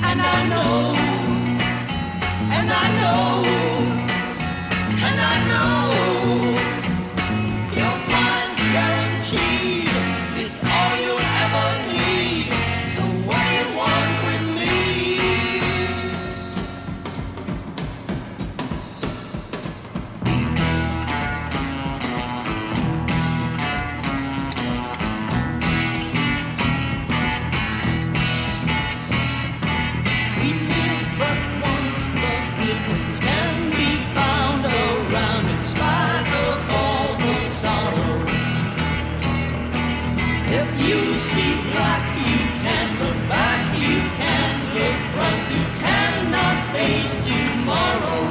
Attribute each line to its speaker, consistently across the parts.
Speaker 1: And I know, and I know, and I know, your mind's guaranteed. It's all you'll ever need. So what do you want with me? We live but once, the difference can be found around in spite of all the sorrow. If you see black, you can look back, you can look front, you cannot face tomorrow.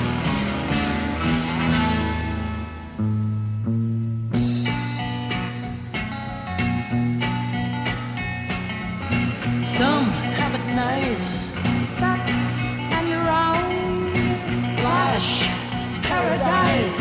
Speaker 1: Some have it nice, and you're wrong. Flash, paradise.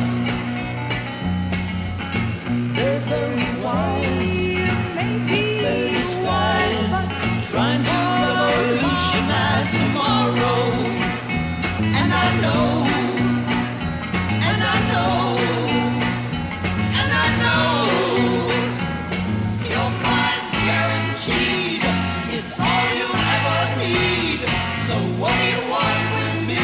Speaker 1: They're very wise, they're disguised, trying to revolutionize tomorrow. And I know, and I know, and I know, your mind's guaranteed. It's all you ever need. So what do you want with me?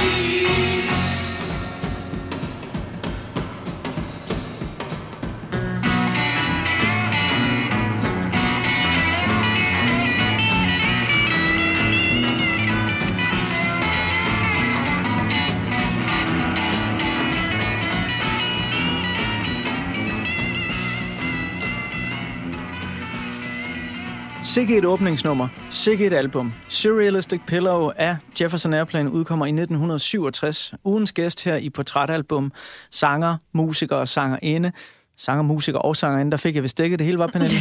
Speaker 2: Sikke et åbningsnummer. Sikke et album. Surrealistic Pillow af Jefferson Airplane udkommer i 1967. Ugens gæst her i Portrætalbum. Sanger, musiker og sangerinde. Sanger, musiker og sangerinde. Der fik jeg vist dækket det hele, var Pernille?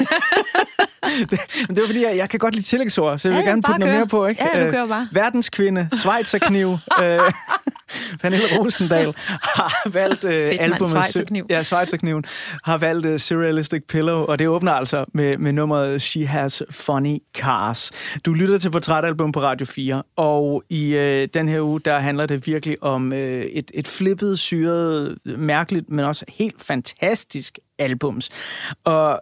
Speaker 2: det var fordi, jeg kan godt lide tillægsord, så jeg vil gerne putte noget mere på, ikke?
Speaker 3: Ja, du kører bare.
Speaker 2: Verdenskvinde, Schweizerkniv. Pernille Rosendal har valgt albumet...
Speaker 3: Schweizerkniv.
Speaker 2: Ja, Schweizerkniven har valgt Surrealistic Pillow, og det åbner altså med nummeret She Has Funny Cars. Du lytter til Portrætalbum på Radio 4, og i den her uge, der handler det virkelig om et flippet, syret, mærkeligt, men også helt fantastisk albums. Og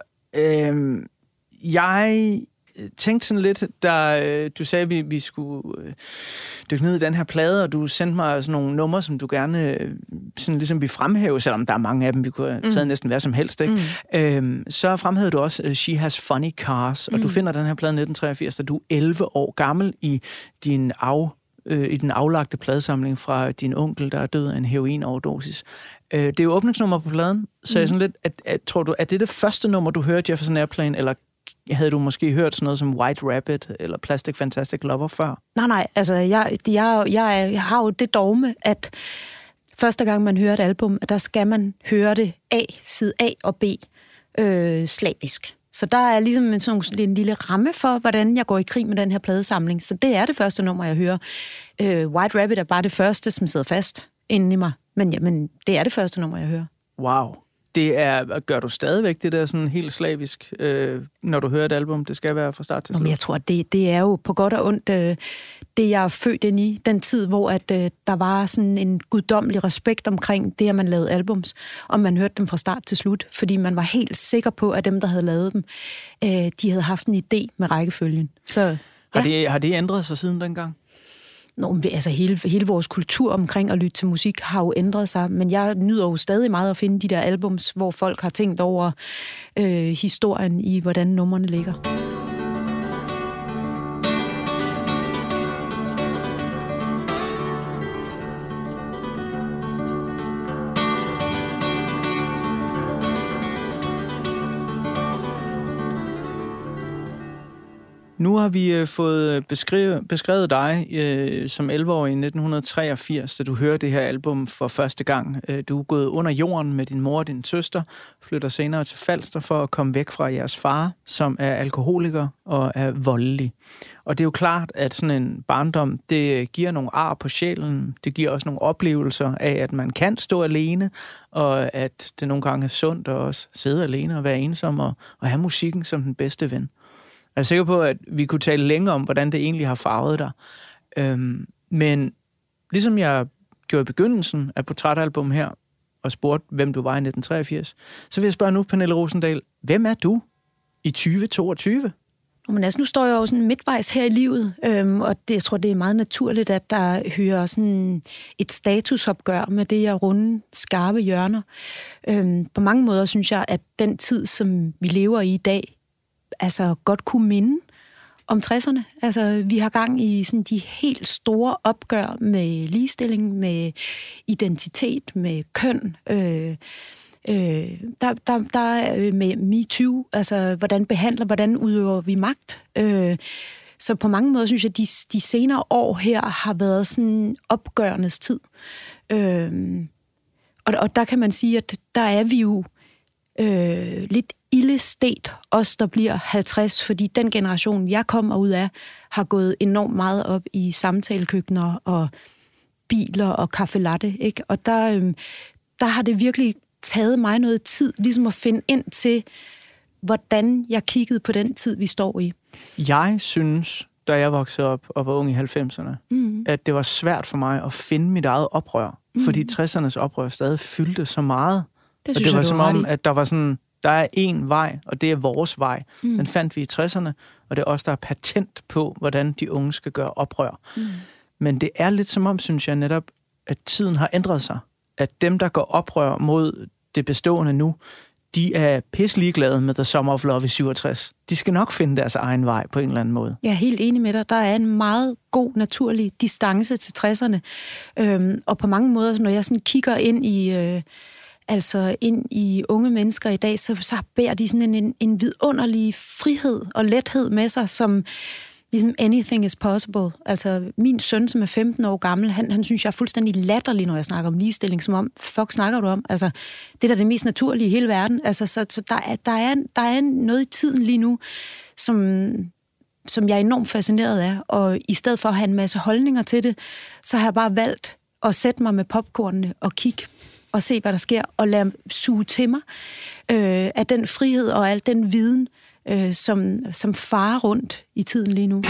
Speaker 2: jeg tænkte sådan lidt, da du sagde, at vi skulle dykke ned i den her plade, og du sendte mig sådan nogle numre, som du gerne sådan ligesom vi fremhæve, selvom der er mange af dem, vi kunne have taget næsten hvad som helst, ikke? Så fremhævede du også She Has Funny Cars, og du finder den her plade 1983, da du er 11 år gammel i den aflagte pladesamling fra din onkel, der er død af en heroinoverdosis. Det er jo åbningsnummer på pladen, så jeg sådan lidt, tror du, er det første nummer, du hører Jefferson Airplane, eller havde du måske hørt sådan noget som White Rabbit eller Plastic Fantastic Lover før?
Speaker 3: Nej, altså jeg har jo det dogme, at første gang man hører et album, der skal man høre det side A og B slavisk. Så der er ligesom en lille ramme for, hvordan jeg går i krig med den her pladesamling. Så det er det første nummer, jeg hører. White Rabbit er bare det første, som sidder fast inde i mig. Men det er det første nummer, jeg hører.
Speaker 2: Wow. Gør du stadigvæk det der sådan helt slavisk, når du hører et album? Det skal være fra start til slut.
Speaker 3: Men jeg tror, det er jo på godt og ondt det, jeg er født ind i. Den tid, hvor at, der var sådan en guddommelig respekt omkring det, at man lavede albums, og man hørte dem fra start til slut, fordi man var helt sikker på, at dem, der havde lavet dem, de havde haft en idé med rækkefølgen. Så, ja.
Speaker 2: Har det ændret sig siden dengang?
Speaker 3: Altså hele vores kultur omkring at lytte til musik har jo ændret sig, men jeg nyder jo stadig meget at finde de der albums, hvor folk har tænkt over historien i, hvordan numrene ligger.
Speaker 2: Nu har vi fået beskrevet dig som 11-årig i 1983, da du hører det her album for første gang. Du er gået under jorden med din mor og din søster, flytter senere til Falster for at komme væk fra jeres far, som er alkoholiker og er voldelig. Og det er jo klart, at sådan en barndom, det giver nogle ar på sjælen. Det giver også nogle oplevelser af, at man kan stå alene, og at det nogle gange er sundt at også sidde alene og være ensom og have musikken som den bedste ven. Jeg er sikker på, at vi kunne tale længere om, hvordan det egentlig har farvet dig. Men ligesom jeg gjorde i begyndelsen af portrætalbum her, og spurgte, hvem du var i 1983, så vil jeg spørge nu, Pernille Rosendahl, hvem er du i 2022?
Speaker 3: Men altså, nu står jeg jo sådan midtvejs her i livet, og jeg tror, det er meget naturligt, at der hører sådan et statusopgør med det her runde, skarpe hjørner. På mange måder synes jeg, at den tid, som vi lever i dag, altså godt kunne minde om 60'erne. Altså, vi har gang i sådan de helt store opgør med ligestilling, med identitet, med køn, der er med MeToo, altså hvordan udøver vi magt. Så på mange måder synes jeg, at de senere år her har været sådan opgørenes tid. Og der kan man sige, at der er vi jo lidt ildestet, os der bliver 50, fordi den generation, jeg kommer ud af, har gået enormt meget op i samtalekøkkener og biler og kaffe latte, ikke? Og der har det virkelig taget mig noget tid, ligesom at finde ind til, hvordan jeg kiggede på den tid, vi står i.
Speaker 2: Jeg synes, da jeg voksede op og var ung i 90'erne, at det var svært for mig at finde mit eget oprør, fordi 60'ernes oprør stadig fyldte så meget.
Speaker 3: Det
Speaker 2: og det var som om, at der var sådan, der er én vej, og det er vores vej. Den fandt vi i 60'erne, og det er også der er patent på, hvordan de unge skal gøre oprør. Men det er lidt som om, synes jeg netop, at tiden har ændret sig. At dem, der går oprør mod det bestående nu, de er pisseligeglade med The Summer of Love i 67. De skal nok finde deres egen vej på en eller anden måde. Jeg
Speaker 3: er helt enig med dig. Der er en meget god, naturlig distance til 60'erne. Og på mange måder, når jeg sådan kigger ind i unge mennesker i dag, så bærer de sådan en vidunderlig frihed og lethed med sig, som ligesom anything is possible. Altså, min søn, som er 15 år gammel, han synes, jeg er fuldstændig latterlig, når jeg snakker om ligestilling, som om, fuck snakker du om? Altså, det er da det mest naturlige i hele verden. Altså, så der er noget i tiden lige nu, som jeg er enormt fascineret af, og i stedet for at have en masse holdninger til det, så har jeg bare valgt at sætte mig med popcornene og kigge og se, hvad der sker, og lade suge til mig af den frihed og al den viden, som farer rundt i tiden lige nu.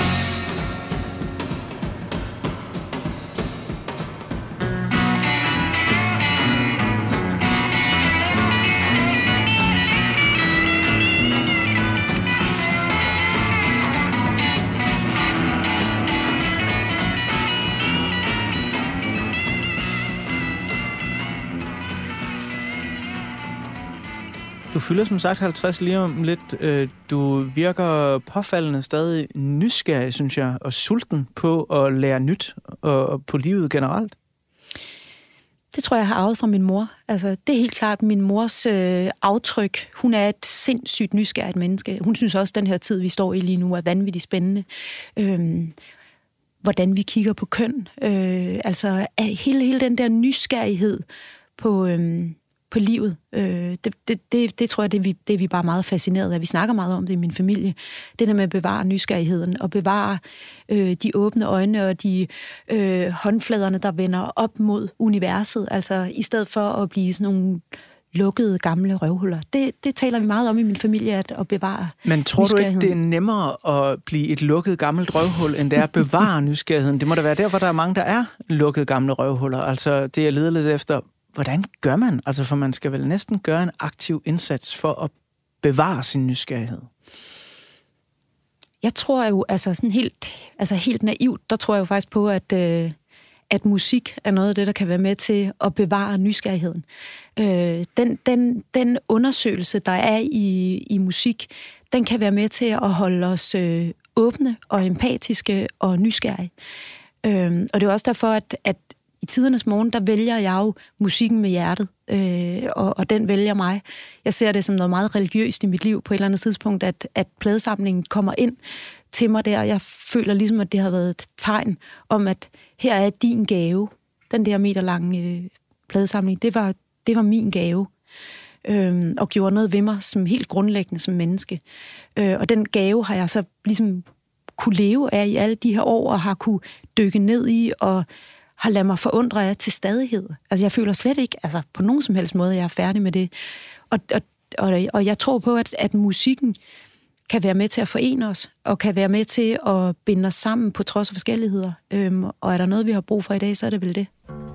Speaker 2: Du fylder som sagt 50 lige om lidt. Du virker påfaldende stadig nysgerrig, synes jeg, og sulten på at lære nyt og på livet generelt.
Speaker 3: Det tror jeg har arvet fra min mor. Altså, det er helt klart min mors aftryk. Hun er et sindssygt nysgerrigt menneske. Hun synes også, at den her tid, vi står i lige nu, er vanvittigt spændende. Hvordan vi kigger på køn. Altså, hele den der nysgerrighed på livet. Det tror jeg, det er vi bare meget fascineret af. Vi snakker meget om det i min familie. Det der med at bevare nysgerrigheden og bevare de åbne øjne og de håndfladerne, der vender op mod universet. Altså i stedet for at blive sådan nogle lukkede gamle røvhuller. Det taler vi meget om i min familie, at bevare.
Speaker 2: Men tror du ikke, det er nemmere at blive et lukket gammelt røvhul, end det er at bevare nysgerrigheden? Det må da være derfor, der er mange, der er lukkede gamle røvhuller. Altså det jeg leder lidt efter. Hvordan gør man? Altså, for man skal vel næsten gøre en aktiv indsats for at bevare sin nysgerrighed. Jeg tror jo, altså sådan helt naivt, der tror jeg jo faktisk på, at musik er noget af det, der kan være med til at bevare nysgerrigheden. Den undersøgelse, der er i musik, den kan være med til at holde os åbne og empatiske og nysgerrige. Og det er også derfor, at i tidernes morgen, der vælger jeg jo musikken med hjertet, og den vælger mig. Jeg ser det som noget meget religiøst i mit liv på et eller andet tidspunkt, at pladesamlingen kommer ind til mig der, og jeg føler ligesom, at det har været et tegn om, at her er din gave. Den der meterlange pladesamling, det var min gave, og gjorde noget ved mig som helt grundlæggende som menneske. Og den gave har jeg så ligesom kunne leve af i alle de her år, og har kunne dykke ned i, og har ladet mig forundre af til stadighed. Altså, jeg føler slet ikke, altså på nogen som helst måde, jeg er færdig med det. Og jeg tror på, at musikken
Speaker 3: kan være med til at forene os, og kan være med til at binde os sammen på trods af forskelligheder. Og er der noget, vi har brug for i dag, så er det vel det.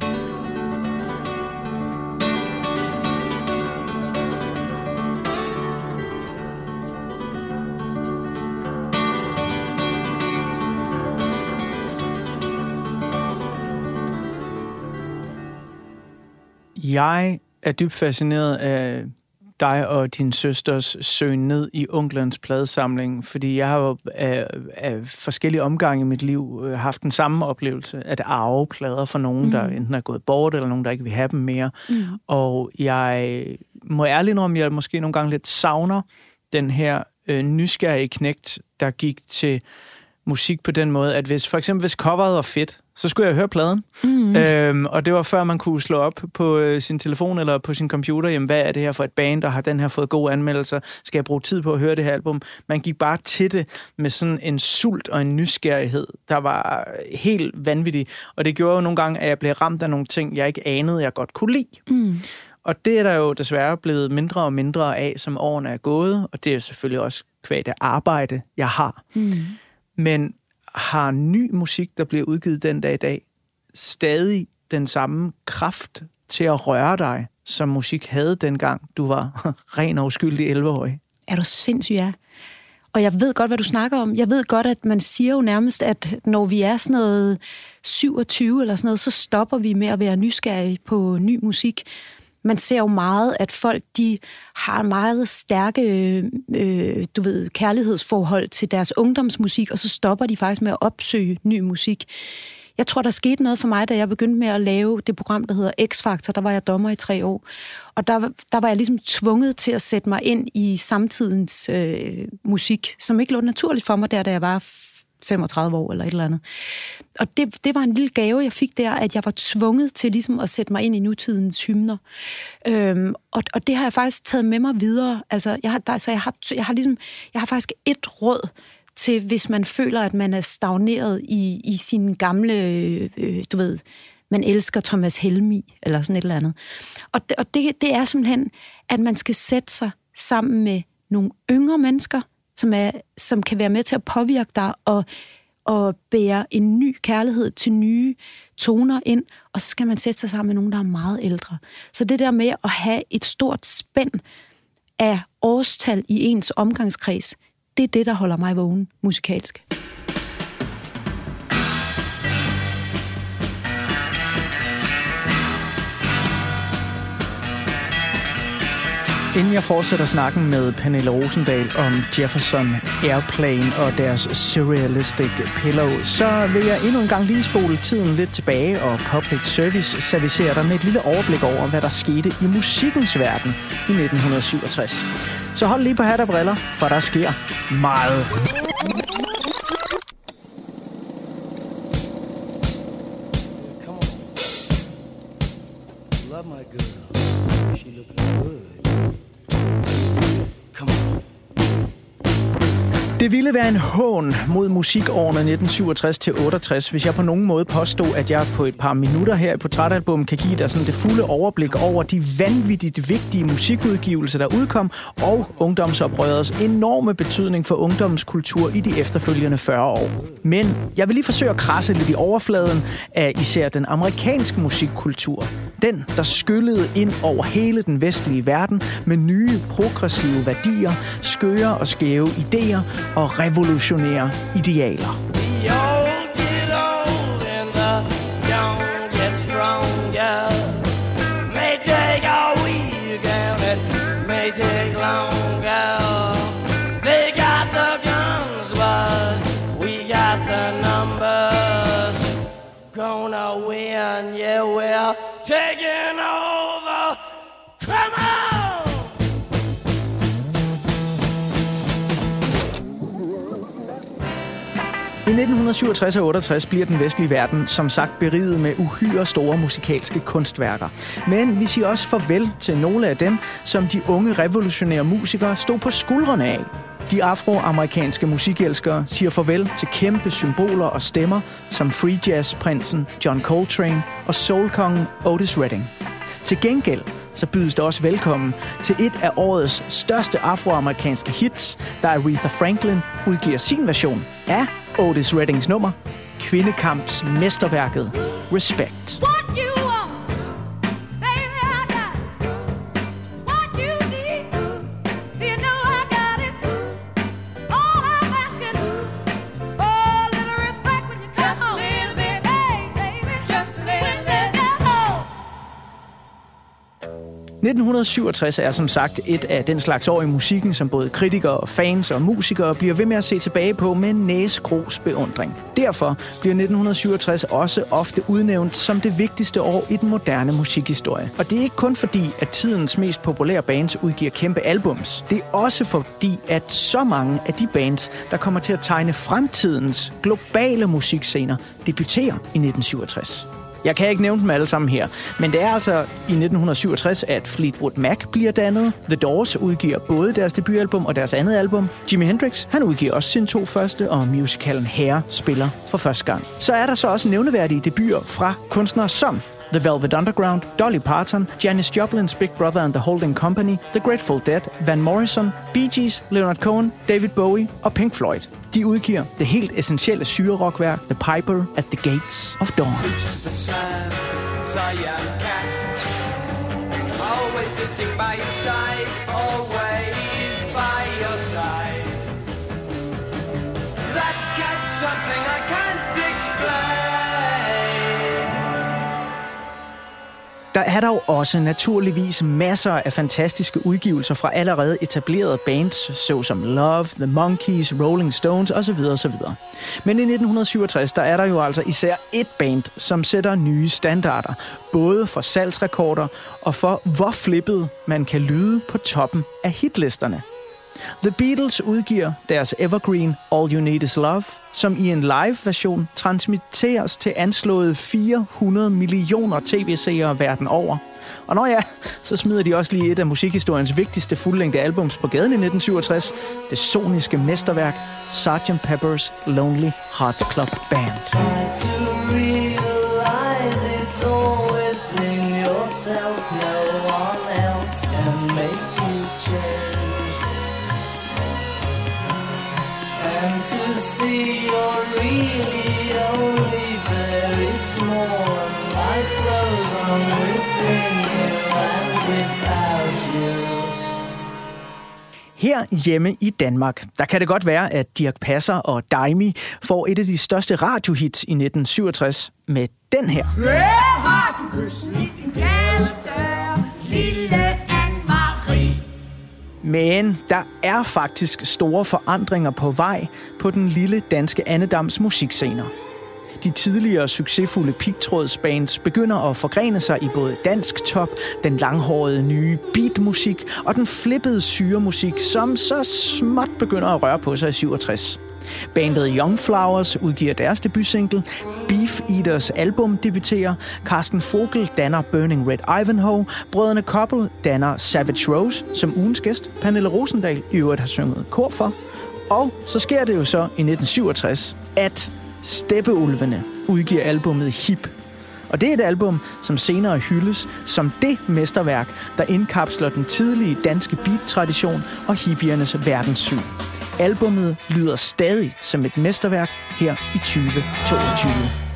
Speaker 2: Jeg er dybt fascineret af dig og din søsters søgen ned i onklerens pladesamling, fordi jeg har jo af forskellige omgange i mit liv haft den samme oplevelse, at arve plader for nogen, der enten er gået bort, eller nogen, der ikke vil have dem mere. Og jeg må ærligt indrømme, at jeg måske nogle gange lidt savner den her nysgerrige knægt, der gik til musik på den måde, at hvis coveret var fedt, så skulle jeg høre pladen. Og det var før man kunne slå op på sin telefon eller på sin computer, jamen hvad er det her for et band, der har den her fået gode anmeldelser? Skal jeg bruge tid på at høre det her album? Man gik bare til det med sådan en sult og en nysgerrighed, der var helt vanvittig. Og det gjorde jo nogle gange, at jeg blev ramt af nogle ting, jeg ikke anede, jeg godt kunne lide. Og det er der jo desværre blevet mindre og mindre af, som årene er gået, og det er selvfølgelig også kvad det arbejde, jeg har. Men har ny musik, der bliver udgivet den dag i dag, stadig den samme kraft til at røre dig, som musik havde dengang, du var ren og uskyldig 11-årig?
Speaker 3: Er du sindssyg, ja. Og jeg ved godt, hvad du snakker om. Jeg ved godt, at man siger jo nærmest, at når vi er sådan noget 27 eller sådan noget, så stopper vi med at være nysgerrige på ny musik. Man ser jo meget, at folk, de har meget stærke, kærlighedsforhold til deres ungdomsmusik, og så stopper de faktisk med at opsøge ny musik. Jeg tror, der skete noget for mig, da jeg begyndte med at lave det program, der hedder X-Factor. Der var jeg dommer i 3 år. Og der var jeg ligesom tvunget til at sætte mig ind i samtidens musik, som ikke lå naturligt for mig der, da jeg var 35 år eller et eller andet. Og det var en lille gave, jeg fik der, at jeg var tvunget til ligesom at sætte mig ind i nutidens hymner. Og det har jeg faktisk taget med mig videre. Altså, jeg har faktisk et råd til, hvis man føler, at man er stagneret i sine gamle, man elsker Thomas Helmig, eller sådan et eller andet. Og det er simpelthen, at man skal sætte sig sammen med nogle yngre mennesker, som kan være med til at påvirke dig og bære en ny kærlighed til nye toner ind, og så skal man sætte sig sammen med nogen, der er meget ældre. Så det der med at have et stort spænd af årstal i ens omgangskreds, det er det, der holder mig vågen musikalsk.
Speaker 2: Inden jeg fortsætter snakken med Pernille Rosendahl om Jefferson Airplane og deres Surrealistic Pillow, så vil jeg endnu en gang lige spole tiden lidt tilbage og Public Service servicere dig med et lille overblik over, hvad der skete i musikkens verden i 1967. Så hold lige på hat og briller, for der sker meget.
Speaker 1: Come on. Love my girl. She looking good.
Speaker 2: Det ville være en hån mod musikårene 1967-68, hvis jeg på nogen måde påstod, at jeg på et par minutter her i Portrætalbum kan give dig sådan det fulde overblik over de vanvittigt vigtige musikudgivelser, der udkom, og ungdomsoprørets enorme betydning for ungdomskultur i de efterfølgende 40 år. Men jeg vil lige forsøge at krasse lidt i overfladen af især den amerikanske musikkultur. Den, der skyllede ind over hele den vestlige verden med nye, progressive værdier, skøre og skæve idéer og revolutionære idealer.
Speaker 1: Gonna win, yeah, we're taking over. Come on!
Speaker 2: I 1967 og 68 bliver den vestlige verden som sagt beriget med uhyre store musikalske kunstværker. Men vi siger også farvel til nogle af dem, som de unge revolutionære musikere stod på skuldrene af. De afroamerikanske musikelskere siger farvel til kæmpe symboler og stemmer som free jazz-prinsen John Coltrane og soul-kongen Otis Redding. Til gengæld så bydes der også velkommen til et af årets største afroamerikanske hits, da Aretha Franklin udgiver sin version af Otis Reddings nummer, kvindekamps mesterværket Respect. – 1967 er som sagt et af den slags år i musikken, som både kritikere, fans og musikere bliver ved med at se tilbage på med næsgros beundring. Derfor bliver 1967 også ofte udnævnt som det vigtigste år i den moderne musikhistorie. Og det er ikke kun fordi, at tidens mest populære bands udgiver kæmpe albums. Det er også fordi, at så mange af de bands, der kommer til at tegne fremtidens globale musikscener, debuterer i 1967. Jeg kan ikke nævne dem alle sammen her, men det er altså i 1967, at Fleetwood Mac bliver dannet. The Doors udgiver både deres debutalbum og deres andet album. Jimi Hendrix, han udgiver også sine 2 første, og musicalen Hair spiller for første gang. Så er der så også nævneværdige debuter fra kunstnere som The Velvet Underground, Dolly Parton, Janis Joplin's Big Brother and the Holding Company, The Grateful Dead, Van Morrison, Bee Gees, Leonard Cohen, David Bowie og Pink Floyd. De udgiver det helt essentielle syrerockværk The Piper at the Gates of Dawn. Der er dog også naturligvis masser af fantastiske udgivelser fra allerede etablerede bands, såsom Love, The Monkees, Rolling Stones osv. osv. Men i 1967, der er der jo altså især et band, som sætter nye standarder, både for salgsrekorder og for hvor flippet man kan lyde på toppen af hitlisterne. The Beatles udgiver deres evergreen All You Need Is Love, som i en live-version transmitteres til anslået 400 millioner tv-seere verden over. Og når ja, så smider de også lige et af musikhistoriens vigtigste fuldlængde albums på gaden i 1967, det soniske mesterværk Sgt. Pepper's Lonely Hearts Club Band.
Speaker 1: To see you're really only very small. Life flows on within you and without you.
Speaker 2: Her hjemme i Danmark, der kan det godt være, at Dirch Passer og Daimi får et af de største radiohits i 1967 med den her.
Speaker 4: Har du kysset i din gadedør, lille Anne-Marie?
Speaker 2: Men der er faktisk store forandringer på vej på den lille danske andedams musikscener. De tidligere succesfulde pigtrådsbands begynder at forgrene sig i både dansk top, den langhårede nye beatmusik og den flippede syremusik, som så småt begynder at røre på sig i 67. Bandet Young Flowers udgiver deres debutsingle, Beef Eaters album debuterer, Carsten Vogel danner Burning Red Ivanhoe, brødrene Koppel danner Savage Rose, som ugens gæst Pernille Rosendahl i øvrigt har sunget kor for. Og så sker det jo så i 1967, at Steppeulvene udgiver albummet Hip. Og det er et album, som senere hyldes som det mesterværk, der indkapsler den tidlige danske beat-tradition og hippiernes verdenssyn. Albummet lyder stadig som et mesterværk her i 2022.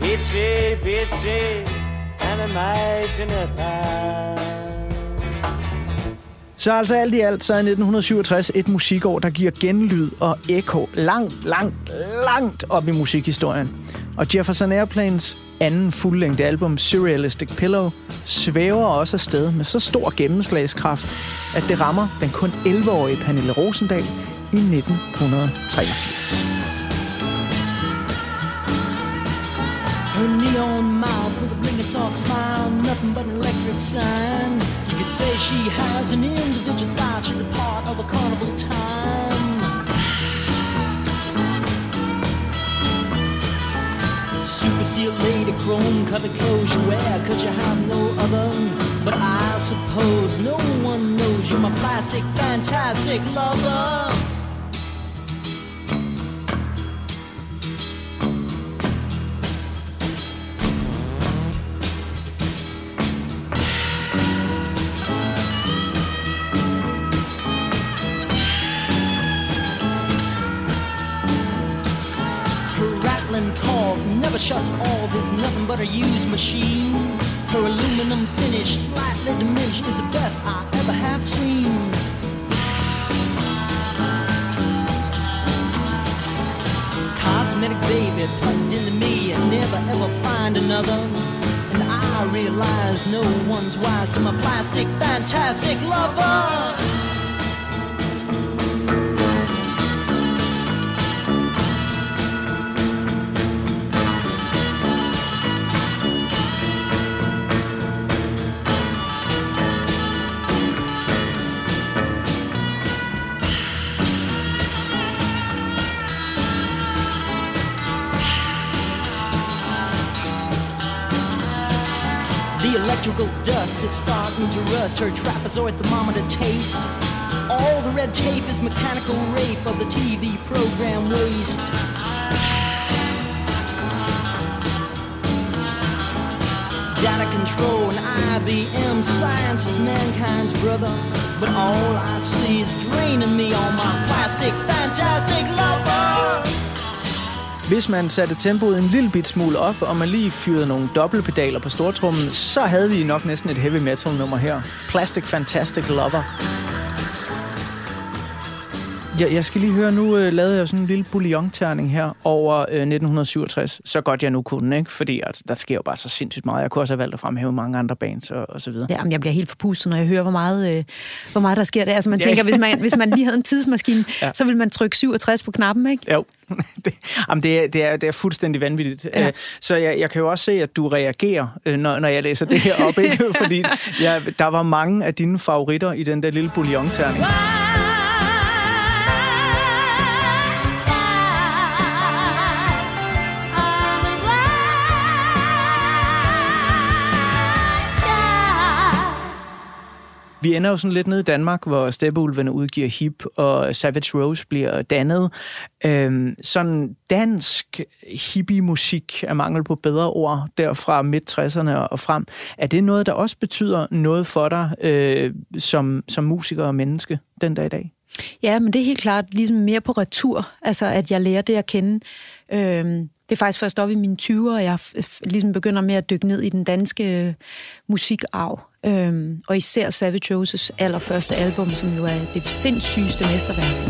Speaker 2: Så altså alt i alt, så er 1967 et musikår, der giver genlyd og ekko langt op i musikhistorien. Og Jefferson Airplanes anden fuldlængde album, Surrealistic Pillow, svæver også afsted med så stor gennemslagskraft, at det rammer den kun 11-årige Pernille Rosendahl i 1983.
Speaker 1: Her neon mouth with a blinking soft smile, nothing but an electric sign. You could say she has an individual style, she's a part of a carnival time. Super seal lady, chrome covered clothes you wear, cause you have no other. But I suppose no one knows you're my plastic, fantastic lover. but her used machine. Her aluminum finish, slightly diminished, is the best I ever have seen. Cosmetic baby plugged into me and never ever find another. And I realize no one's wise to my plastic, fantastic lover. The electrical dust is starting to rust her trapezoid thermometer taste. All the red tape is mechanical rape of the TV program waste. Data control and IBM science is mankind's brother. But all I see is draining me on my plastic, fantastic lover.
Speaker 2: Hvis man satte tempoet en lille bit smule op, og man lige fyrede nogle dobbeltpedaler på stortrummen, så havde vi nok næsten et heavy metal nummer her. Plastic Fantastic Lover. Jeg skal lige høre, nu lavede jeg sådan en lille bouillon-terning her over 1967, så godt jeg nu kunne, ikke? Fordi altså, der sker jo bare så sindssygt meget. Jeg kunne også have valgt at fremhæve mange andre bands og så videre.
Speaker 3: Jamen, jeg bliver helt forpustet, når jeg hører, hvor meget der sker der. Altså, man tænker, hvis man lige havde en tidsmaskine, så ville man trykke 67 på knappen, ikke?
Speaker 2: Jo, det er fuldstændig vanvittigt. Ja. Så jeg kan jo også se, at du reagerer, når jeg læser det her op, ikke? Fordi der var mange af dine favoritter i den der lille bouillon-terning. Vi ender jo sådan lidt nede i Danmark, hvor Steppeulvene udgiver Hip, og Savage Rose bliver dannet. Sådan dansk hippie-musik er mangel på bedre ord, der fra midt-60'erne og frem. Er det noget, der også betyder noget for dig som musiker og menneske den dag i dag?
Speaker 3: Ja, men det er helt klart ligesom mere på retur, altså at jeg lærer det at kende. Det er faktisk først op i mine 20'er, og jeg ligesom begynder med at dykke ned i den danske musikarv. Og især Savage Roses allerførste album, som jo er det sindssygeste mesterværk.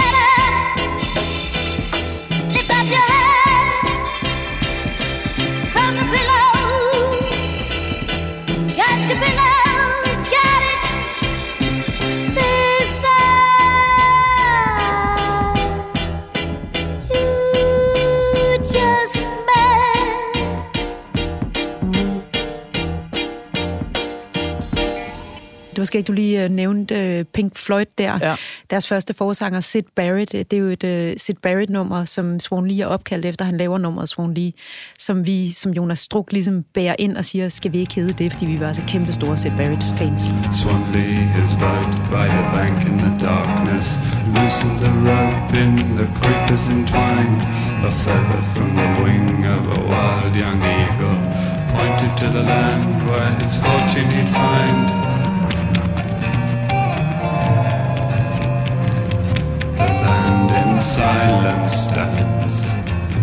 Speaker 3: Det var skægt, du lige nævnte Pink Floyd der. Ja. Deres første forsanger, Syd Barrett, det er jo et Syd Barrett-nummer, som Swan Lee er opkaldt efter. Han laver nummeret Swan Lee, som vi, som Jonas Struk, ligesom bærer ind og siger, skal vi ikke hedde det, fordi vi var så kæmpe store Syd Barrett-fans.
Speaker 5: Swan Lee is bugged by the bank in the darkness. Loosened the rope in the creepers entwined. A feather from the wing of a wild young eagle pointed to the land where his fortune he'd find. In silence stands.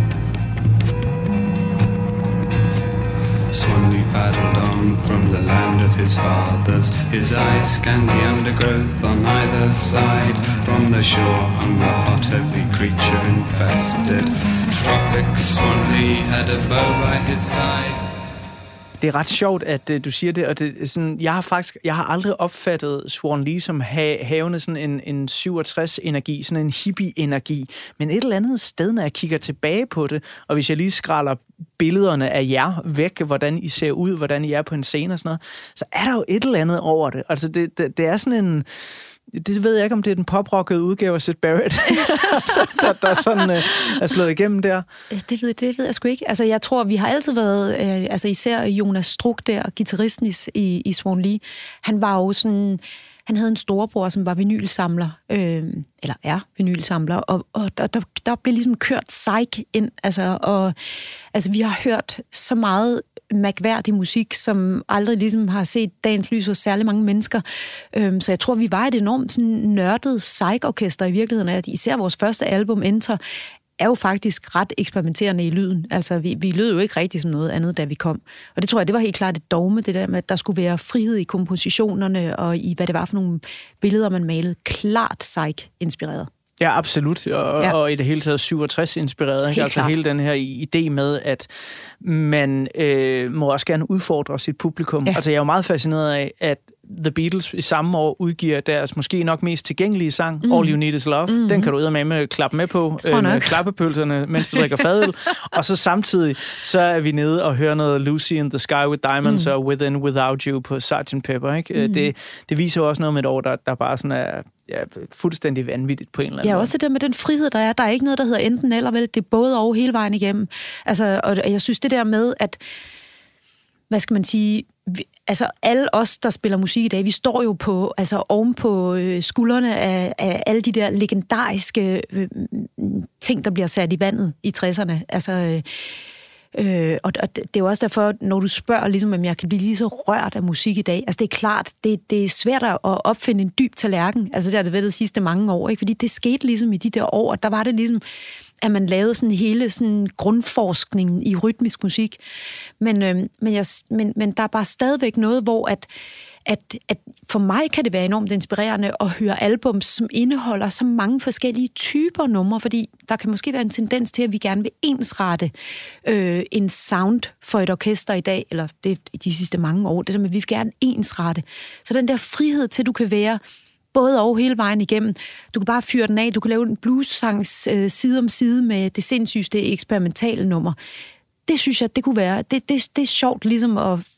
Speaker 5: Swan Lee paddled on from the land of his fathers. His eyes scanned the undergrowth on either side. From the shore hung the hot, heavy creature infested tropics. Swan Lee had a bow by his side.
Speaker 2: Det er ret sjovt, at du siger det, og det er sådan, jeg har aldrig opfattet Swan Lee som havende sådan en 67-energi, sådan en hippie-energi, men et eller andet sted, når jeg kigger tilbage på det, og hvis jeg lige skræller billederne af jer væk, hvordan I ser ud, hvordan I er på en scene og sådan noget, så er der jo et eller andet over det. Altså, det er sådan en... Det ved jeg ikke, om det er den poprockede udgave af Syd Barrett, der sådan er slået igennem der.
Speaker 3: Det ved jeg sgu ikke. Altså, jeg tror, vi har altid været, altså især Jonas Struk der, guitaristen i Swan Lee, han var jo sådan... Han havde en storebror, som var vinylsamler, eller er vinylsamler, og der blev ligesom kørt psych ind, altså vi har hørt så meget mærkværdig musik, som aldrig ligesom har set dagens lys hos særlig mange mennesker. Så jeg tror, vi var et enormt sådan nørdet psych-orkester i virkeligheden, og især vores første album, Enter, er jo faktisk ret eksperimenterende i lyden. Altså, vi lød jo ikke rigtig som noget andet, da vi kom. Og det tror jeg, det var helt klart et dogme, det der med, at der skulle være frihed i kompositionerne, og i hvad det var for nogle billeder, man malede. Klart Psych-inspireret.
Speaker 2: Ja, absolut. Og i det hele taget 67-inspireret. Altså
Speaker 3: klart.
Speaker 2: Hele den her idé med, at man må også gerne udfordre sit publikum. Ja. Altså, jeg er jo meget fascineret af, at The Beatles i samme år udgiver deres måske nok mest tilgængelige sang, All You Need Is Love. Den kan du eddermame klappe med på, med klappepølserne, mens du drikker fadøl. Og så samtidig, så er vi nede og hører noget Lucy in the Sky with Diamonds og Within Without You på Sgt. Pepper. Ikke? Det viser jo også noget med et år, der bare sådan er fuldstændig vanvittigt på en eller anden måde.
Speaker 3: Ja, også det med den frihed, der er. Der er ikke noget, der hedder enten eller, vel? Det er både og hele vejen igennem. Altså, og jeg synes, det der med, at hvad skal man sige, altså alle os, der spiller musik i dag, vi står jo på, altså oven på skuldrene af alle de der legendariske ting, der bliver sat i vandet i 60'erne. Altså, og det er jo også derfor, når du spørger, ligesom, om jeg kan blive lige så rørt af musik i dag. Altså det er klart, det er svært at opfinde en dyb tallerken. Altså det har det været de sidste mange år, ikke? Fordi det skete ligesom i de der år, der var det ligesom, at man lavede sådan hele sådan grundforskningen i rytmisk musik. Men der er bare stadigvæk noget, hvor at for mig kan det være enormt inspirerende at høre albums, som indeholder så mange forskellige typer numre, fordi der kan måske være en tendens til, at vi gerne vil ensrette en sound for et orkester i dag, eller det de sidste mange år, det der med, at vi vil gerne ensrette. Så den der frihed til, at du kan være både og hele vejen igennem. Du kan bare fyre den af. Du kan lave en blues-sang side om side med det sindssygste eksperimentale nummer. Det synes jeg, det kunne være. Det er sjovt ligesom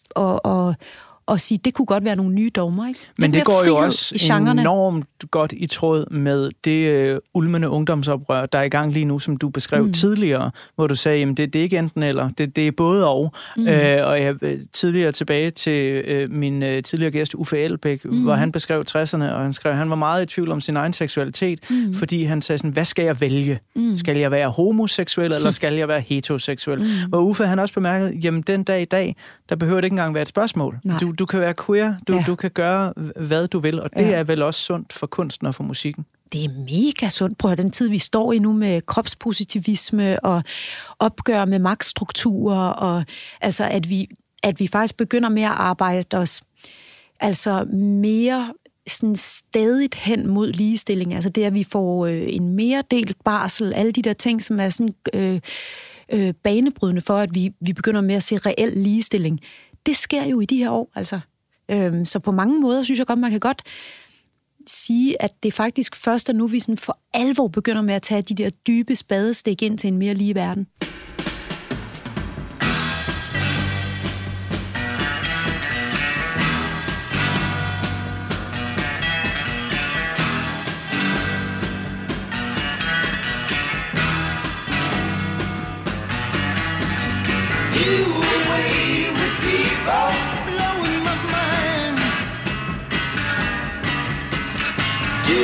Speaker 3: at sige, det kunne godt være nogle nye dogmer, ikke?
Speaker 2: Men det går jo også enormt godt i tråd med det ulmende ungdomsoprør, der er i gang lige nu, som du beskrev tidligere, hvor du sagde, jamen det er ikke enten eller, det er både og. Og jeg tidligere tilbage til min tidligere gæst Uffe Elbæk, hvor han beskrev 60'erne, og han skrev, han var meget i tvivl om sin egen seksualitet, fordi han sagde sådan, hvad skal jeg vælge? Skal jeg være homoseksuel, eller skal jeg være heteroseksuel? Hvor Uffe han også bemærkede, jamen den dag i dag, der behøver det ikke engang være et spørgsmål. Du kan være queer, du kan gøre, hvad du vil, og det er vel også sundt for kunsten og for musikken.
Speaker 3: Det er mega sundt. Prøv at den tid, vi står i nu med kropspositivisme og opgør med magtstrukturer, og altså at vi faktisk begynder med at arbejde os altså mere sådan stadigt hen mod ligestilling. Altså det, at vi får en mere delt barsel, alle de der ting, som er sådan banebrydende for, at vi begynder med at se reel ligestilling. Det sker jo i de her år, altså. Så på mange måder synes jeg godt, man kan godt sige, at det faktisk først er nu, vi sådan for alvor begynder med at tage de der dybe spadestik ind til en mere lige verden.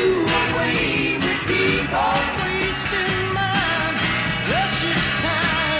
Speaker 1: Wasting my precious time.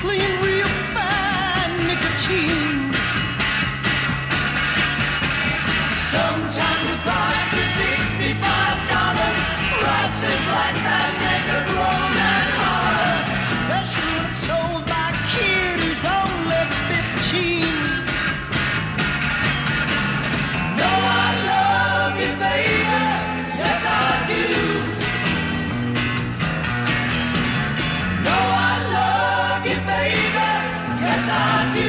Speaker 1: clean, real fine nicotine. Sometimes the price is $65. Prices like that make a grown man holler, especially when it's sold by a kid who's only 15. No, I love you, baby. Yes, I do. No, I love you, baby. Yes, I do.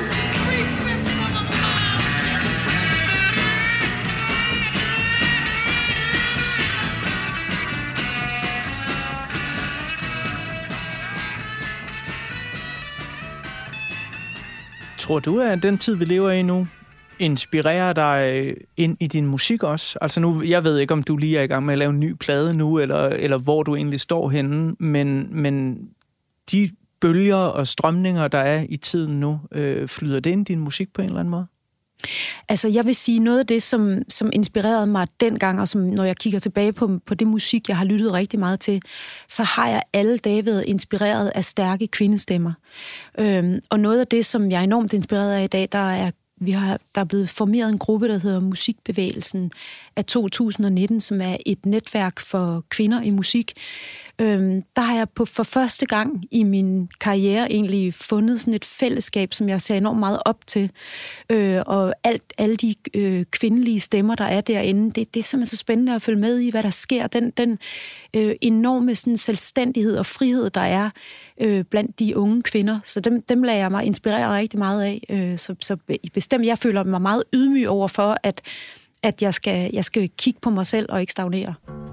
Speaker 2: Tror du, at den tid, vi lever i nu, inspirerer dig ind i din musik også? Altså nu, jeg ved ikke, om du lige er i gang med at lave en ny plade nu, eller hvor du egentlig står henne, men de bølger og strømninger, der er i tiden nu, flyder det ind i din musik på en eller anden måde?
Speaker 3: Altså, jeg vil sige, noget af det, som inspirerede mig dengang, og som, når jeg kigger tilbage på det musik, jeg har lyttet rigtig meget til, så har jeg alle dage været inspireret af stærke kvindestemmer. Og noget af det, som jeg er enormt inspireret af i dag, der er blevet formeret en gruppe, der hedder Musikbevægelsen af 2019, som er et netværk for kvinder i musik. Der har jeg for første gang i min karriere egentlig fundet sådan et fællesskab, som jeg ser enormt meget op til. Og alle de kvindelige stemmer, der er derinde, det er simpelthen så spændende at følge med i, hvad der sker. Den enorme sådan, selvstændighed og frihed, der er blandt de unge kvinder. Så dem lader jeg mig inspirere rigtig meget af. Så bestemt, jeg føler mig meget ydmyg over for, at jeg skal kigge på mig selv og ikke stagnere.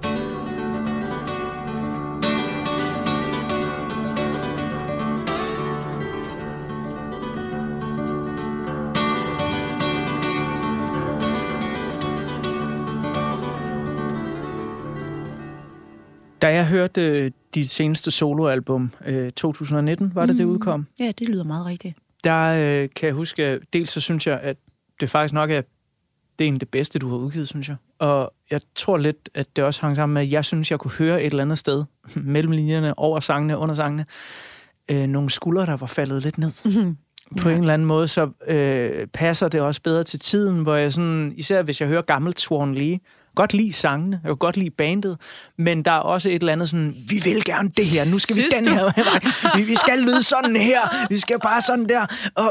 Speaker 2: Da jeg hørte dit seneste soloalbum, 2019, var det udkom?
Speaker 3: Ja, det lyder meget rigtigt.
Speaker 2: Der kan jeg huske, dels så synes jeg, at det faktisk nok er det bedste, du har udgivet, synes jeg. Og jeg tror lidt, at det også hang sammen med, at jeg synes, jeg kunne høre et eller andet sted, mellem linjerne, over sangene, under sangene, nogle skuldre, der var faldet lidt ned. Mm-hmm. På en eller anden måde, så passer det også bedre til tiden, hvor jeg sådan, især hvis jeg hører gammelt Swan Lee, godt lide sangene, jeg kan godt lide bandet, men der er også et eller andet sådan, vi vil gerne det her, nu skal vi den her vej, vi skal lyde sådan her, vi skal bare sådan der,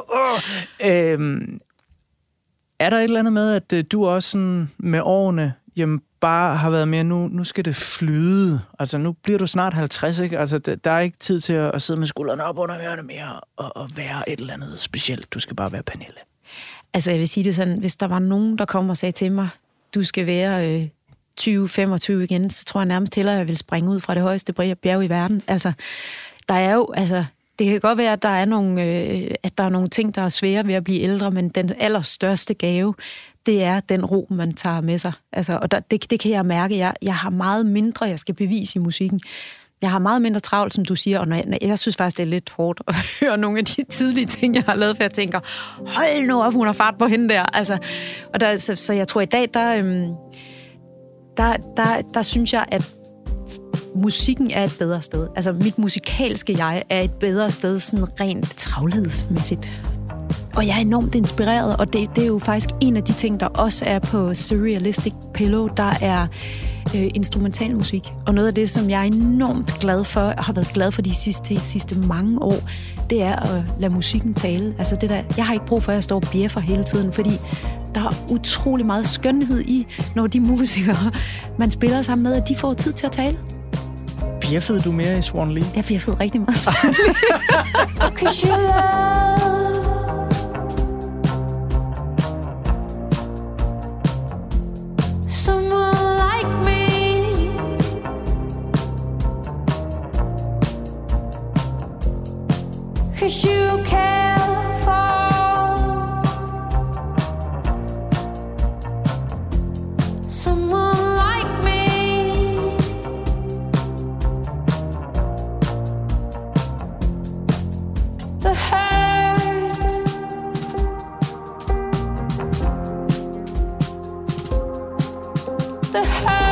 Speaker 2: er der et eller andet med, at du også sådan, med årene, jamen bare har været mere, nu skal det flyde, altså nu bliver du snart 50, ikke? Altså der er ikke tid til at sidde med skuldrene op under ørerne mere, og være et eller andet specielt, du skal bare være Pernille.
Speaker 3: Altså jeg vil sige det sådan, hvis der var nogen, der kom og sagde til mig, du skal være 20-25 igen, så tror jeg nærmest hellere, at jeg vil springe ud fra det højeste bjerg i verden. Altså, der er jo, altså, det kan godt være, at der er nogle ting, der er svære ved at blive ældre, men den allerstørste gave, det er den ro, man tager med sig. Altså, og det kan jeg mærke. Jeg har meget mindre, jeg skal bevise i musikken. Jeg har meget mindre travlt, som du siger, og jeg synes faktisk, det er lidt hårdt at høre nogle af de tidlige ting, jeg har lavet, for jeg tænker, hold nu op, hun har fart på hende der. Altså, og så jeg tror i dag, der synes jeg, at musikken er et bedre sted. Altså mit musikalske jeg er et bedre sted, sådan rent travlhedsmæssigt. Og jeg er enormt inspireret, og det er jo faktisk en af de ting, der også er på Surrealistic Pillow, der er instrumental musik. Og noget af det, som jeg er enormt glad for, og har været glad for de sidste mange år, det er at lade musikken tale. Altså det der, jeg har ikke brug for, at jeg står og bjeffer hele tiden, fordi der er utrolig meget skønhed i, når de musikere, man spiller sammen med, at de får tid til at tale.
Speaker 2: Bjeffede du mere i Swan Lee?
Speaker 3: Jeg bjeffede rigtig meget Swan
Speaker 4: Cause you care for someone like me. The hurt, the hurt.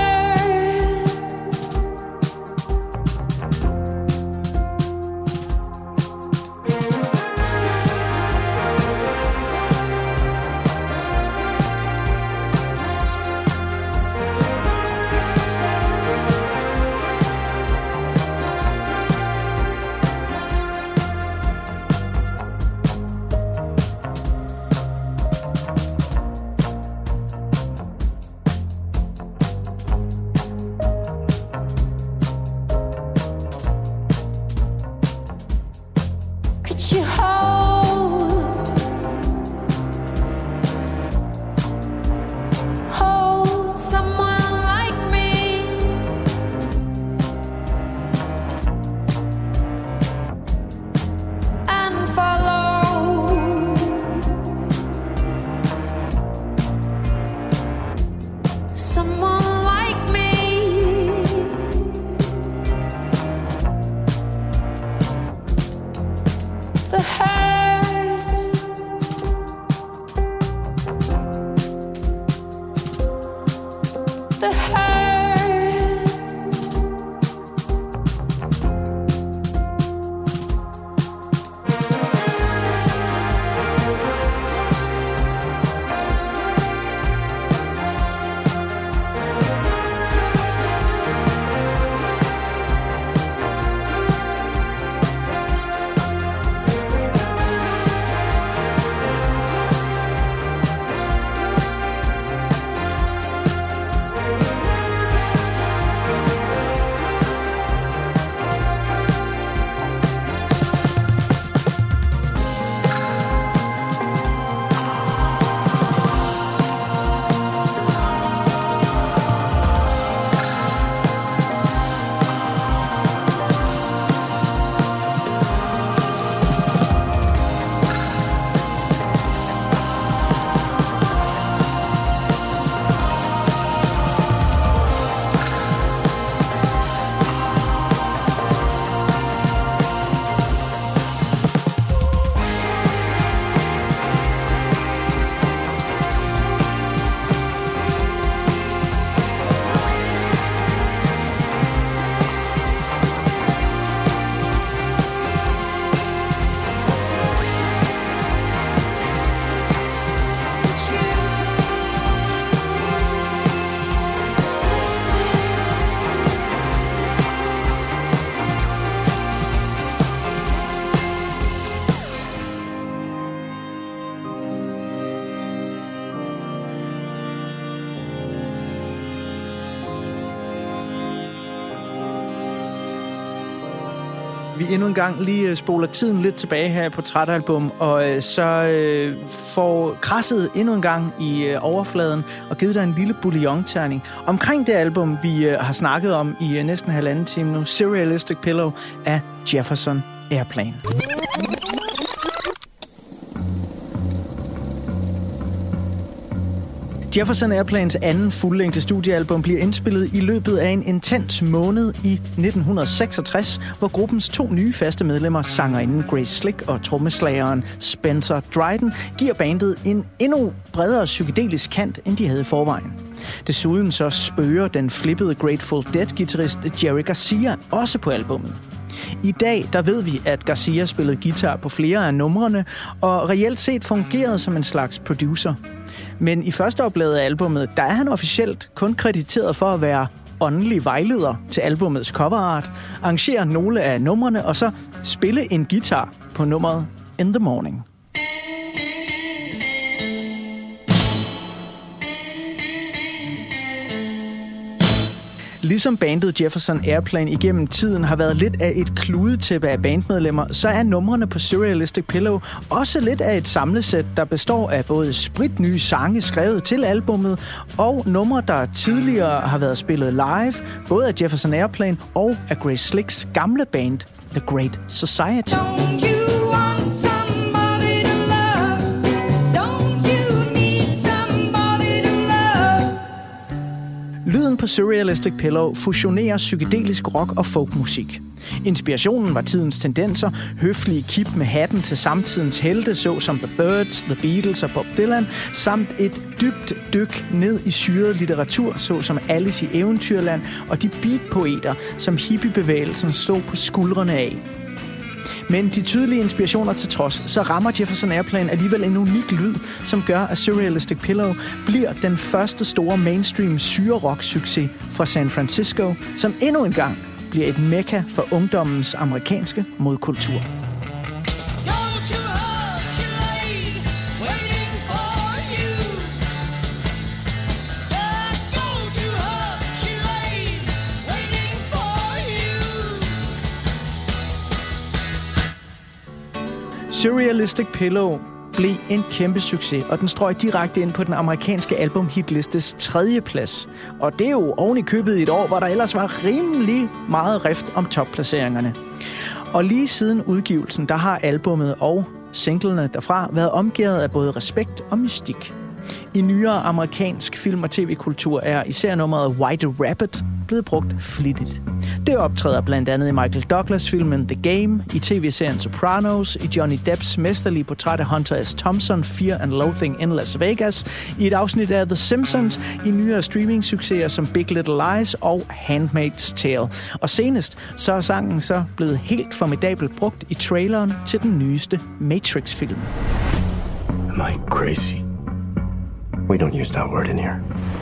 Speaker 4: that you hold someone like me, and follow someone like me. The hurt, the hurt.
Speaker 2: Vi endnu en gang lige spoler tiden lidt tilbage her på Portrætalbum, og så får krasset endnu en gang i overfladen og givet dig en lille bouillon-terning omkring det album, vi har snakket om i næsten halvanden time nu, Surrealistic Pillow af Jefferson Airplane. Jefferson Airplanes anden fuldlængde studiealbum bliver indspillet i løbet af en intens måned i 1966, hvor gruppens to nye faste medlemmer, sangerinden Grace Slick og trommeslageren Spencer Dryden, giver bandet en endnu bredere psykedelisk kant, end de havde i forvejen. Desuden så spøger den flippede Grateful Dead-guitarist Jerry Garcia også på albummet. I dag, der ved vi, at Garcia spillede guitar på flere af numrene, og reelt set fungerede som en slags producer. Men i første oplaget af albummet, der er han officielt kun krediteret for at være åndelig vejleder til albumets coverart, arrangere nogle af numrene og så spille en guitar på nummeret In the Morning. Ligesom bandet Jefferson Airplane igennem tiden har været lidt af et kludetæppe af bandmedlemmer, så er numrene på Surrealistic Pillow også lidt af et samlesæt, der består af både spritnye sange skrevet til albummet og numre, der tidligere har været spillet live, både af Jefferson Airplane og af Grace Slicks gamle band, The Great Society. Lyden på Surrealistic Pillow fusionerer psykedelisk rock og folkmusik. Inspirationen var tidens tendenser, høflige kip med hatten til samtidens helte, såsom The Byrds, The Beatles og Bob Dylan, samt et dybt dyk ned i syret litteratur, såsom Alice i Eventyrland og de beatpoeter, som hippiebevægelsen stod på skuldrene af. Men de tydelige inspirationer til trods, så rammer Jefferson Airplane alligevel en unik lyd, som gør, at Surrealistic Pillow bliver den første store mainstream syre-rock-succes fra San Francisco, som endnu en gang bliver et mekka for ungdommens amerikanske modkultur. Surrealistic Pillow blev en kæmpe succes, og den strøg direkte ind på den amerikanske albumhitlistes 3. plads. Og det er jo oven i købet i et år, hvor der ellers var rimelig meget rift om topplaceringerne. Og lige siden udgivelsen, der har albummet og singlerne derfra været omgivet af både respekt og mystik. I nyere amerikansk film- og tv-kultur er især nummeret White Rabbit blevet brugt flittigt. Det optræder blandt andet i Michael Douglas-filmen The Game, i tv-serien Sopranos, i Johnny Depps mesterlige portræt af Hunter S. Thompson, Fear and Loathing in Las Vegas, i et afsnit af The Simpsons, i nyere streaming-succeser som Big Little Lies og Handmaid's Tale. Og senest så er sangen så blevet helt formidabelt brugt i traileren til den nyeste Matrix-film.
Speaker 6: Am I crazy? We don't use that word in here.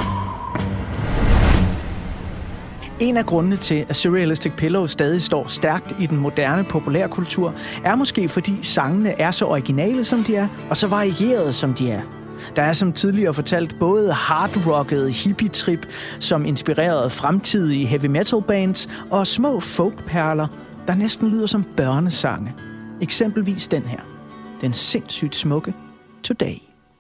Speaker 2: En af grundene til, at Surrealistic Pillow stadig står stærkt i den moderne populærkultur, er måske fordi sangene er så originale, som de er, og så varierede, som de er. Der er som tidligere fortalt både hardrocket hippie-trip, som inspirerede fremtidige heavy metal bands, og små folkperler, der næsten lyder som børnesange. Eksempelvis den her. Den sindssygt smukke Today.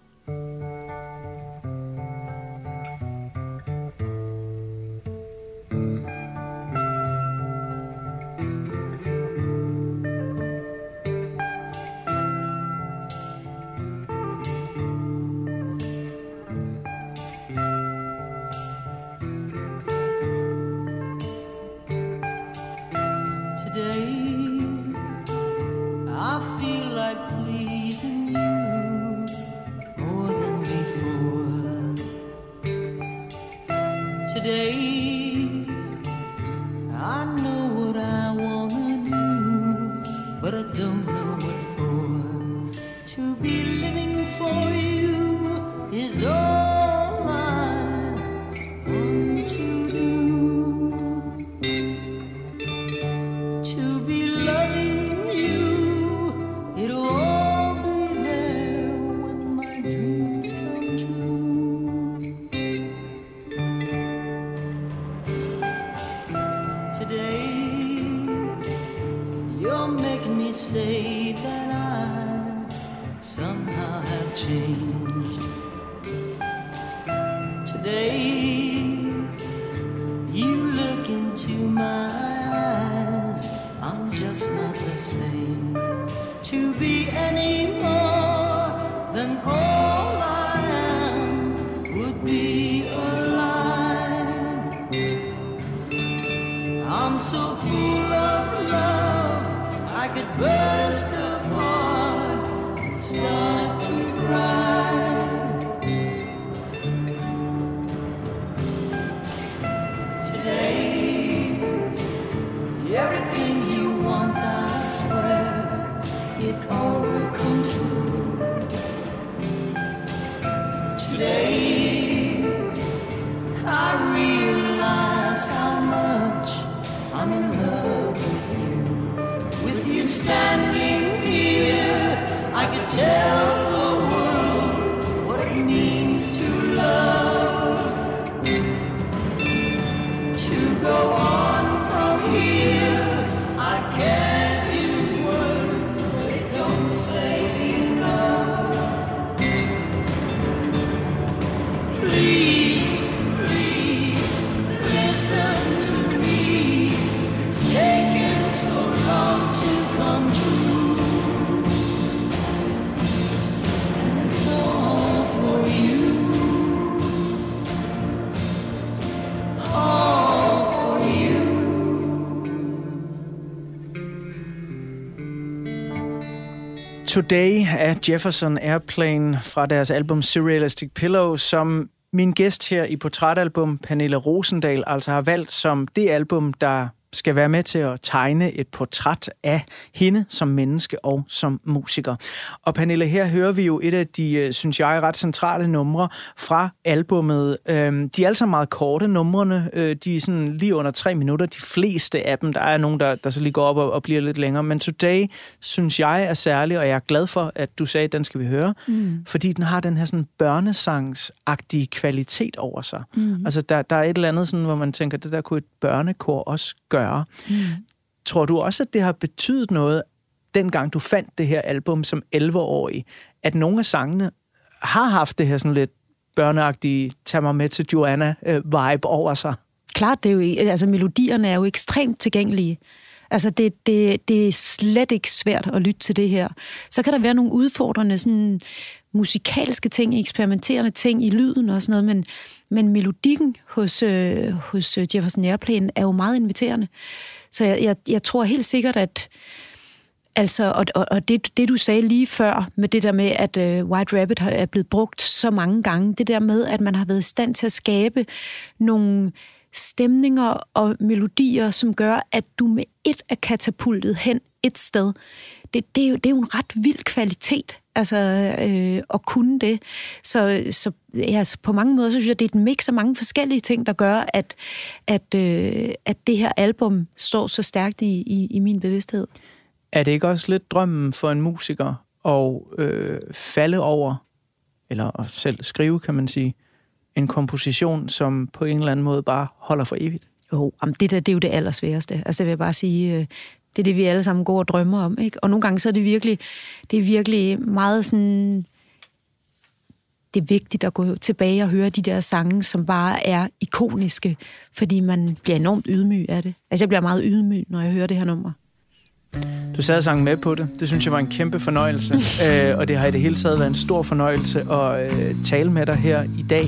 Speaker 2: Today af Jefferson Airplane fra deres album Surrealistic Pillow, som min gæst her i Portrætalbum, Pernille Rosendahl, altså har valgt som det album, der skal være med til at tegne et portræt af hende som menneske og som musiker. Og Pernille, her hører vi jo et af de, synes jeg, ret centrale numre fra albummet. De er altså meget korte numrene. De er sådan lige under 3 minutter. De fleste af dem, der er nogen, der så lige går op og bliver lidt længere. Men Today, synes jeg, er særlig, og jeg er glad for, at du sagde, at den skal vi høre. Fordi den har den her sådan børnesangsagtige kvalitet over sig. Altså, der er et eller andet, sådan, hvor man tænker, det der kunne et børnekor også gøre. Tror du også, at det har betydet noget, dengang du fandt det her album som 11-årig, at nogle af sangene har haft det her sådan lidt børneagtige, tag mig med til Joanna-vibe over sig?
Speaker 3: Klart, det er jo, altså melodierne er jo ekstremt tilgængelige. Altså, det er slet ikke svært at lytte til det her. Så kan der være nogle udfordrende sådan, musikalske ting, eksperimenterende ting i lyden og sådan noget, men melodikken hos Jefferson Airplane er jo meget inviterende. Så jeg tror helt sikkert, at altså, og det du sagde lige før, med det der med, at White Rabbit er blevet brugt så mange gange, det der med, at man har været i stand til at skabe nogle stemninger og melodier, som gør, at du med et er katapultet hen et sted. Det er jo en ret vild kvalitet, altså at kunne det. Så på mange måder, så synes jeg, det er et mix af mange forskellige ting, der gør, at det her album står så stærkt i min bevidsthed.
Speaker 2: Er det ikke også lidt drømmen for en musiker at falde over, eller at selv skrive, kan man sige, en komposition, som på en eller anden måde bare holder for evigt?
Speaker 3: Jo, det er jo det allersværeste. Altså, det vil jeg bare sige, det er det, vi alle sammen går og drømmer om, ikke? Og nogle gange så er det virkelig meget sådan, det er vigtigt at gå tilbage og høre de der sange, som bare er ikoniske, fordi man bliver enormt ydmyg af det. Altså, jeg bliver meget ydmyg, når jeg hører det her nummer.
Speaker 2: Du sad og sang med på det. Det synes jeg var en kæmpe fornøjelse. Og det har i det hele taget været en stor fornøjelse at tale med dig her i dag.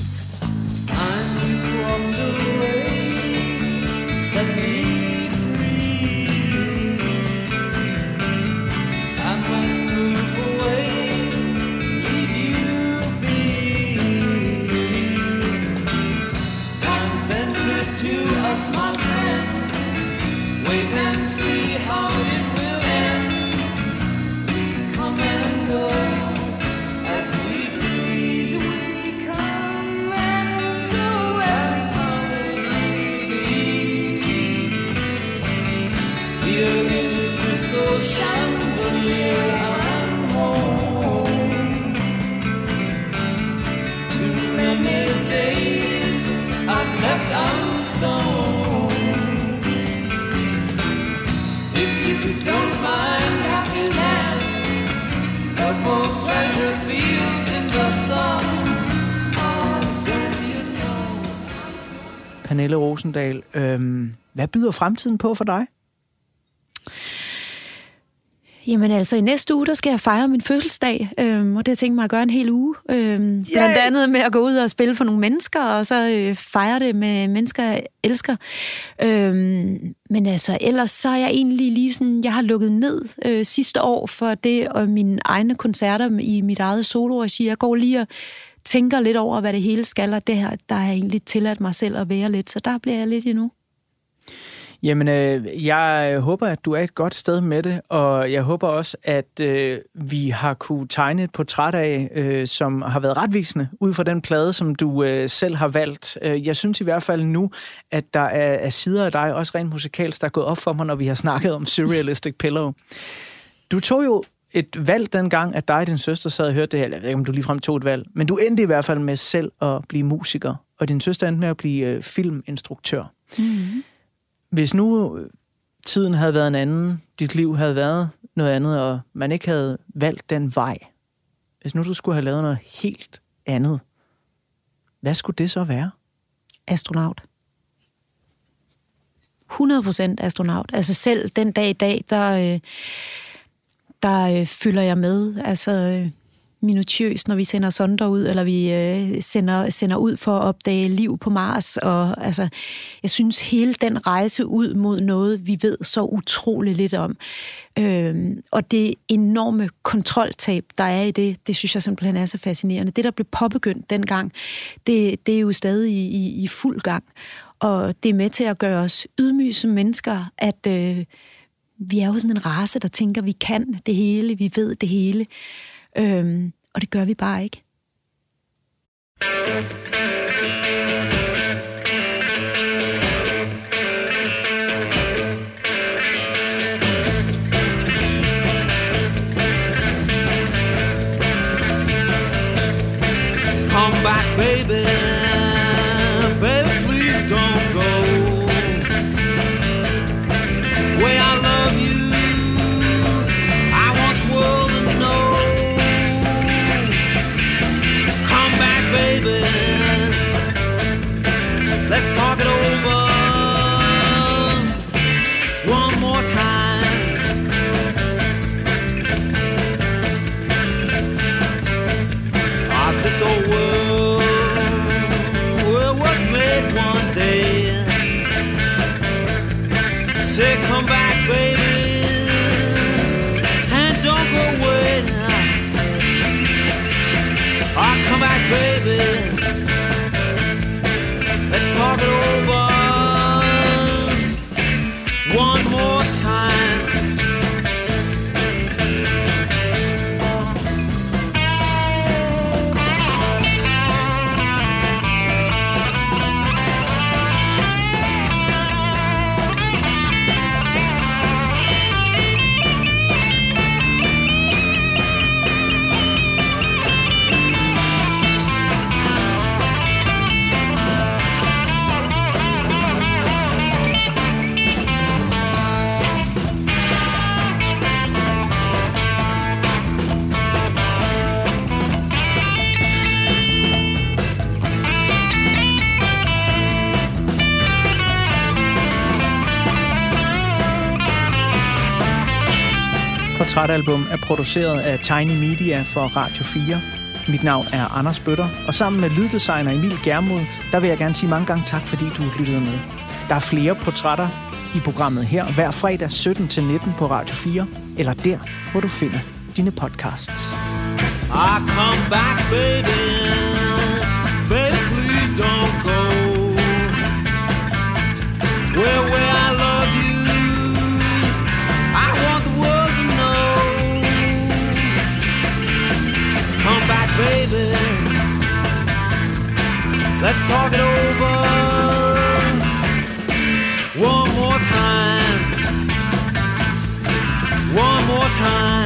Speaker 2: Pernille Rosendahl, hvad byder fremtiden på for dig?
Speaker 3: Jamen altså, i næste uge, der skal jeg fejre min fødselsdag, og det har jeg tænkt mig at gøre en hel uge. Blandt andet med at gå ud og spille for nogle mennesker, og så fejre det med mennesker, jeg elsker. Men altså, ellers så er jeg egentlig lige sådan, jeg har lukket ned sidste år for det, og mine egne koncerter i mit eget soloregi. Jeg går lige og tænker lidt over, hvad det hele skal, og det her, der har jeg egentlig tilladt mig selv at være lidt, så der bliver jeg lidt endnu.
Speaker 2: Jamen, jeg håber, at du er et godt sted med det, og jeg håber også, at vi har kunne tegne et portræt af, som har været retvisende ud fra den plade, som du selv har valgt. Jeg synes i hvert fald nu, at der er sider af dig, også rent musikalsk, der er gået op for mig, når vi har snakket om Surrealistic Pillow. Du tog jo et valg dengang, at dig og din søster sad og hørte det her. Jeg ved ikke, om du ligefrem tog et valg, men du endte i hvert fald med selv at blive musiker, og din søster endte med at blive filminstruktør. Mm-hmm. Hvis nu tiden havde været en anden, dit liv havde været noget andet, og man ikke havde valgt den vej, hvis nu du skulle have lavet noget helt andet, hvad skulle det så være?
Speaker 3: Astronaut. 100% astronaut. Altså selv den dag i dag, der følger jeg med, altså minutiøst, når vi sender sonder ud, eller vi sender ud for at opdage liv på Mars. Og altså, jeg synes, hele den rejse ud mod noget, vi ved så utroligt lidt om. Og det enorme kontroltab, der er i det synes jeg simpelthen er så fascinerende. Det, der blev påbegyndt dengang, det er jo stadig i fuld gang. Og det er med til at gøre os ydmyge som mennesker, at vi er jo sådan en race, der tænker, vi kan det hele, vi ved det hele. Og det gør vi bare ikke.
Speaker 7: Come back, baby. Baby, please don't go. Way I love you,
Speaker 2: portrætalbum er produceret af Tiny Media for Radio 4. Mit navn er Anders Bøtter, og sammen med lyddesigner Emil Germod, der vil jeg gerne sige mange gange tak, fordi du lyttede med. Der er flere portrætter i programmet her hver fredag 17-19 på Radio 4, eller der, hvor du finder dine podcasts.
Speaker 7: I come back, baby. Baby, please don't go. Where I love you. I want the world to know. Come back, baby. Let's talk it over. One more time. One more time.